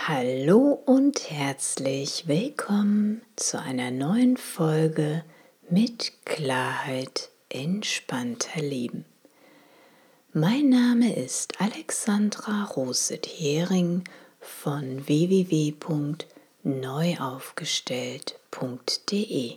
Hallo und herzlich willkommen zu einer neuen Folge mit Klarheit entspannter Leben. Mein Name ist Alexandra Roset-Hering von www.neuaufgestellt.de.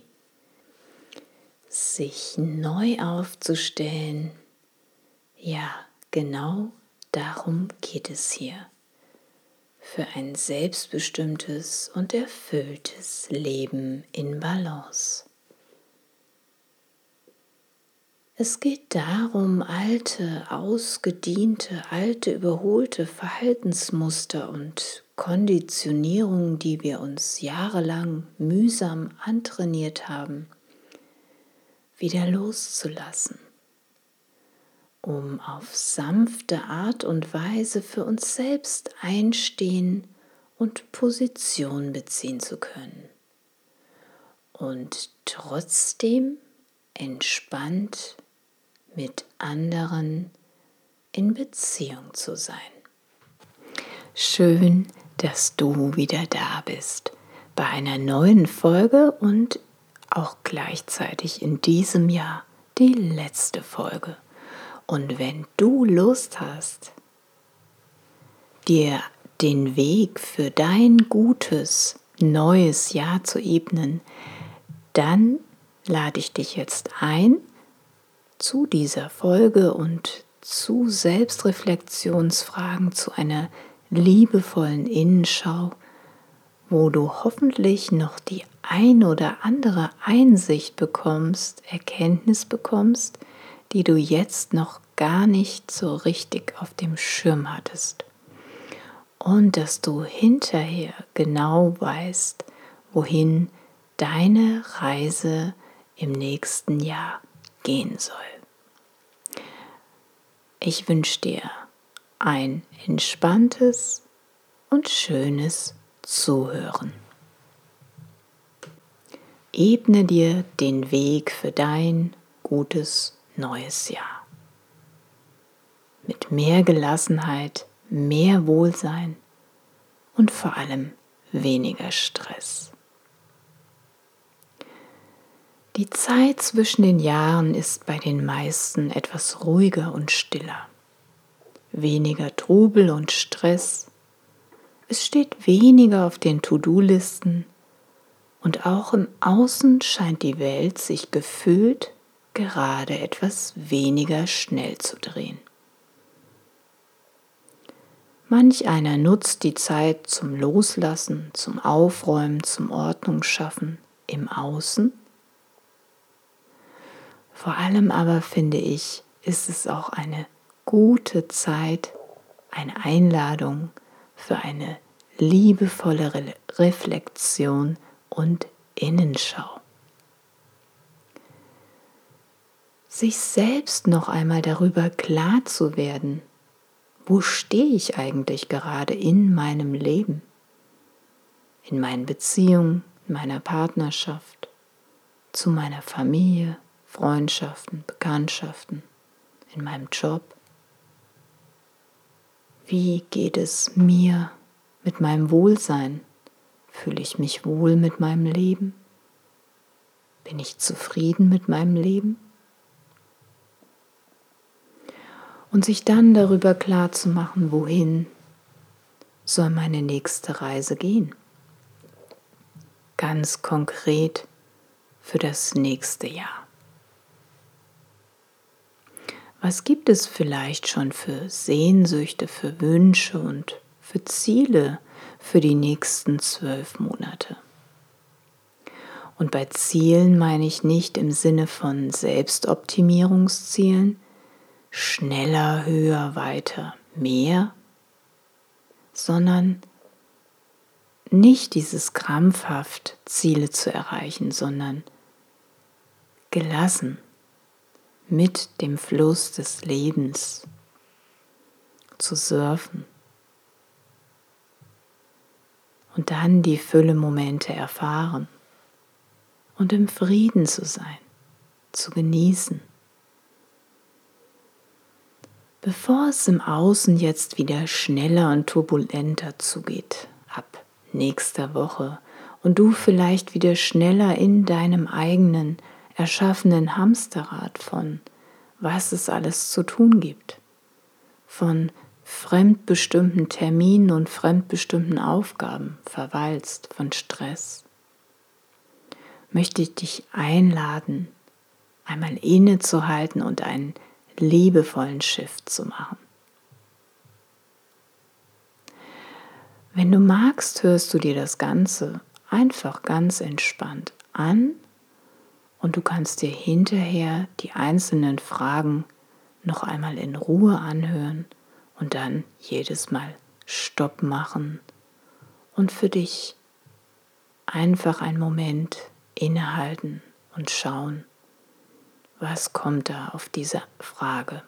Sich neu aufzustellen, ja, genau darum geht es hier. Für ein selbstbestimmtes und erfülltes Leben in Balance. Es geht darum, alte, überholte Verhaltensmuster und Konditionierungen, die wir uns jahrelang mühsam antrainiert haben, wieder loszulassen, um auf sanfte Art und Weise für uns selbst einstehen und Position beziehen zu können und trotzdem entspannt mit anderen in Beziehung zu sein. Schön, dass du wieder da bist bei einer neuen Folge und auch gleichzeitig in diesem Jahr die letzte Folge. Und wenn du Lust hast, dir den Weg für dein gutes, neues Jahr zu ebnen, dann lade ich dich jetzt ein zu dieser Folge und zu Selbstreflexionsfragen, zu einer liebevollen Innenschau, wo du hoffentlich noch die ein oder andere Einsicht bekommst, Erkenntnis bekommst, die du jetzt noch gar nicht so richtig auf dem Schirm hattest. Und dass du hinterher genau weißt, wohin deine Reise im nächsten Jahr gehen soll. Ich wünsche dir ein entspanntes und schönes Zuhören. Ebne dir den Weg für dein gutes neues Jahr. Mit mehr Gelassenheit, mehr Wohlsein und vor allem weniger Stress. Die Zeit zwischen den Jahren ist bei den meisten etwas ruhiger und stiller. Weniger Trubel und Stress. Es steht weniger auf den To-Do-Listen und auch im Außen scheint die Welt sich gefühlt gerade etwas weniger schnell zu drehen. Manch einer nutzt die Zeit zum Loslassen, zum Aufräumen, zum Ordnungsschaffen im Außen. Vor allem aber finde ich, ist es auch eine gute Zeit, eine Einladung für eine liebevolle Reflexion und Innenschau. Sich selbst noch einmal darüber klar zu werden, wo stehe ich eigentlich gerade in meinem Leben, in meinen Beziehungen, in meiner Partnerschaft, zu meiner Familie, Freundschaften, Bekanntschaften, in meinem Job. Wie geht es mir mit meinem Wohlsein? Fühle ich mich wohl mit meinem Leben? Bin ich zufrieden mit meinem Leben? Und sich dann darüber klar zu machen, wohin soll meine nächste Reise gehen? Ganz konkret für das nächste Jahr. Was gibt es vielleicht schon für Sehnsüchte, für Wünsche und für Ziele für die nächsten 12 Monate? Und bei Zielen meine ich nicht im Sinne von Selbstoptimierungszielen, schneller, höher, weiter, mehr, sondern nicht dieses krampfhaft Ziele zu erreichen, sondern gelassen mit dem Fluss des Lebens zu surfen und dann die Fülle-Momente erfahren und im Frieden zu sein, zu genießen. Bevor es im Außen jetzt wieder schneller und turbulenter zugeht, ab nächster Woche und du vielleicht wieder schneller in deinem eigenen erschaffenen Hamsterrad von was es alles zu tun gibt, von fremdbestimmten Terminen und fremdbestimmten Aufgaben verweilst, von Stress, möchte ich dich einladen, einmal innezuhalten und einen liebevollen Shift zu machen. Wenn du magst, hörst du dir das Ganze einfach ganz entspannt an und du kannst dir hinterher die einzelnen Fragen noch einmal in Ruhe anhören und dann jedes Mal Stopp machen und für dich einfach einen Moment innehalten und schauen, was kommt da auf diese Frage.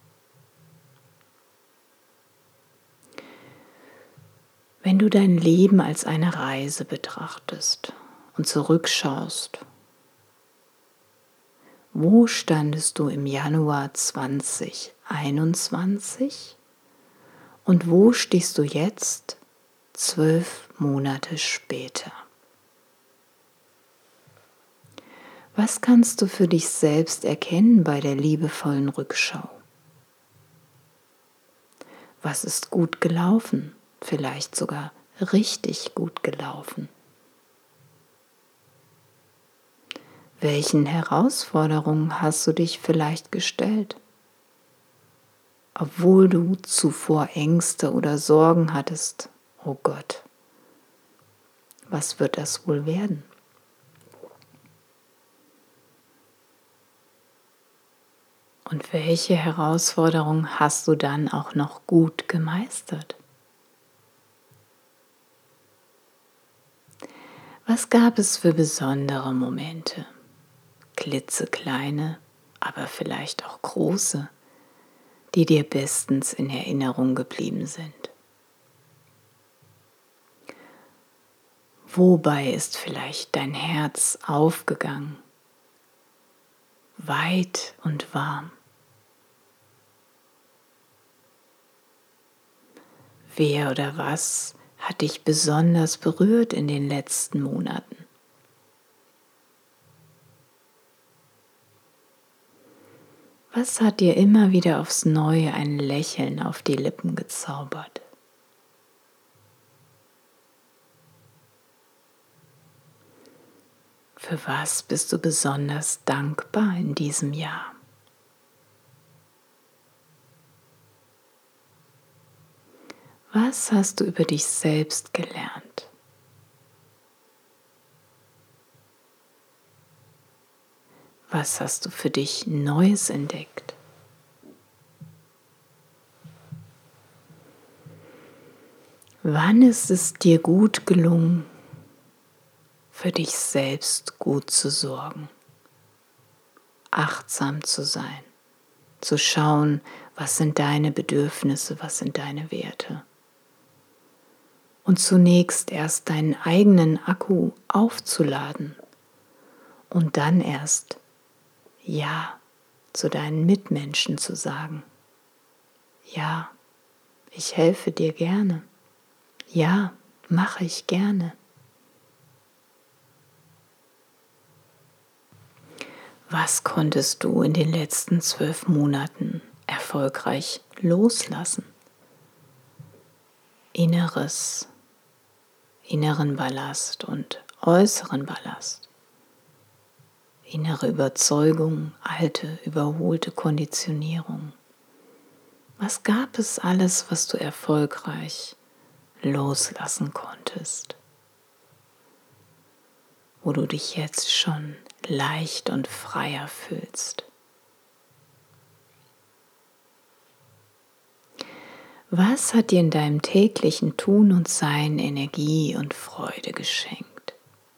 Wenn du dein Leben als eine Reise betrachtest und zurückschaust, wo standest du im Januar 2021 und wo stehst du jetzt 12 Monate später? Was kannst du für dich selbst erkennen bei der liebevollen Rückschau? Was ist gut gelaufen? Vielleicht sogar richtig gut gelaufen? Welchen Herausforderungen hast du dich vielleicht gestellt? Obwohl du zuvor Ängste oder Sorgen hattest, oh Gott, was wird das wohl werden? Und welche Herausforderungen hast du dann auch noch gut gemeistert? Was gab es für besondere Momente? Klitzekleine, aber vielleicht auch große, die dir bestens in Erinnerung geblieben sind. Wobei ist vielleicht dein Herz aufgegangen, weit und warm? Wer oder was hat dich besonders berührt in den letzten Monaten? Was hat dir immer wieder aufs Neue ein Lächeln auf die Lippen gezaubert? Für was bist du besonders dankbar in diesem Jahr? Was hast du über dich selbst gelernt? Was hast du für dich Neues entdeckt? Wann ist es dir gut gelungen, für dich selbst gut zu sorgen, achtsam zu sein, zu schauen, was sind deine Bedürfnisse, was sind deine Werte? Und zunächst erst deinen eigenen Akku aufzuladen und dann erst Ja zu deinen Mitmenschen zu sagen. Ja, ich helfe dir gerne. Ja, mache ich gerne. Was konntest du in den letzten 12 Monaten erfolgreich loslassen? Inneren Ballast und äußeren Ballast. Innere Überzeugung, alte, überholte Konditionierung. Was gab es alles, was du erfolgreich loslassen konntest? Wo du dich jetzt schon leicht und freier fühlst. Was hat dir in deinem täglichen Tun und Sein Energie und Freude geschenkt?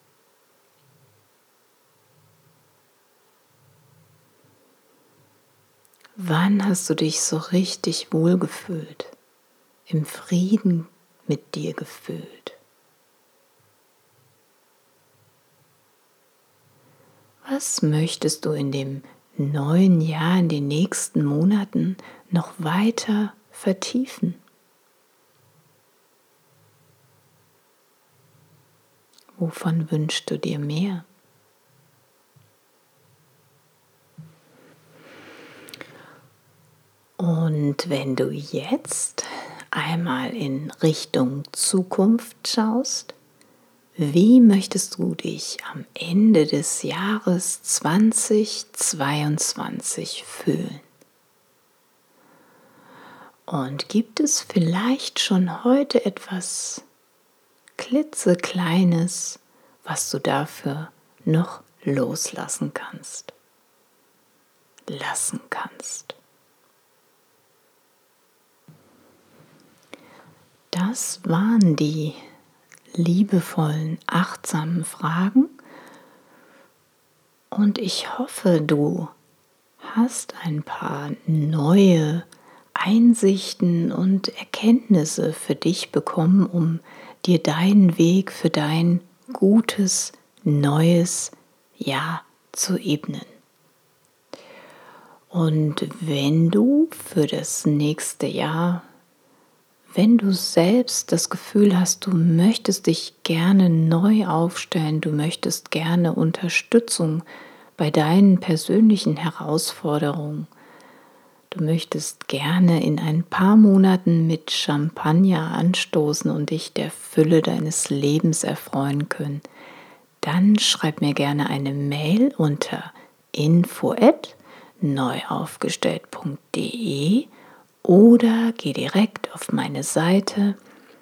Wann hast du dich so richtig wohlgefühlt, im Frieden mit dir gefühlt? Was möchtest du in dem neuen Jahr, in den nächsten Monaten noch weiter vertiefen? Wovon wünschst du dir mehr? Und wenn du jetzt einmal in Richtung Zukunft schaust, wie möchtest du dich am Ende des Jahres 2022 fühlen? Und gibt es vielleicht schon heute etwas klitzekleines, was du dafür noch loslassen kannst, lassen kannst? Das waren die liebevollen, achtsamen Fragen und ich hoffe, du hast ein paar neue Einsichten und Erkenntnisse für dich bekommen, um dir deinen Weg für dein gutes, neues Jahr zu ebnen. Und wenn du für das nächste Jahr, wenn du selbst das Gefühl hast, du möchtest dich gerne neu aufstellen, du möchtest gerne Unterstützung bei deinen persönlichen Herausforderungen, du möchtest gerne in ein paar Monaten mit Champagner anstoßen und dich der Fülle deines Lebens erfreuen können, dann schreib mir gerne eine Mail unter info@neuaufgestellt.de oder geh direkt auf meine Seite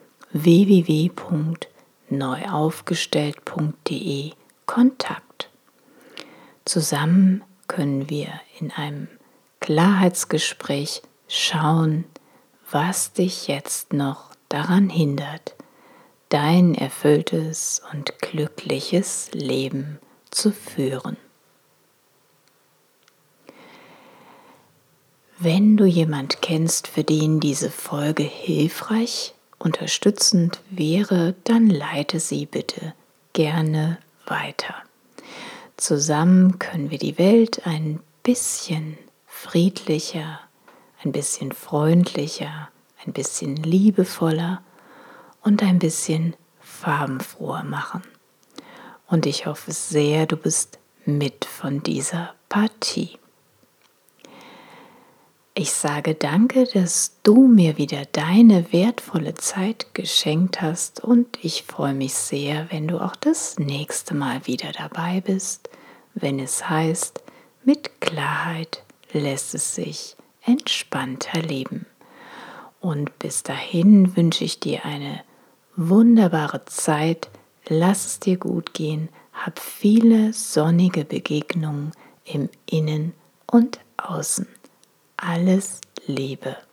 www.neuaufgestellt.de Kontakt. Zusammen können wir in einem Klarheitsgespräch schauen, was dich jetzt noch daran hindert, dein erfülltes und glückliches Leben zu führen. Wenn du jemand kennst, für den diese Folge hilfreich, unterstützend wäre, dann leite sie bitte gerne weiter. Zusammen können wir die Welt ein bisschen friedlicher, ein bisschen freundlicher, ein bisschen liebevoller und ein bisschen farbenfroher machen. Und ich hoffe sehr, du bist mit von dieser Partie. Ich sage danke, dass du mir wieder deine wertvolle Zeit geschenkt hast und ich freue mich sehr, wenn du auch das nächste Mal wieder dabei bist, wenn es heißt, mit Klarheit lässt es sich entspannter leben. Und bis dahin wünsche ich dir eine wunderbare Zeit, lass es dir gut gehen, hab viele sonnige Begegnungen im Innen und Außen. Alles Liebe.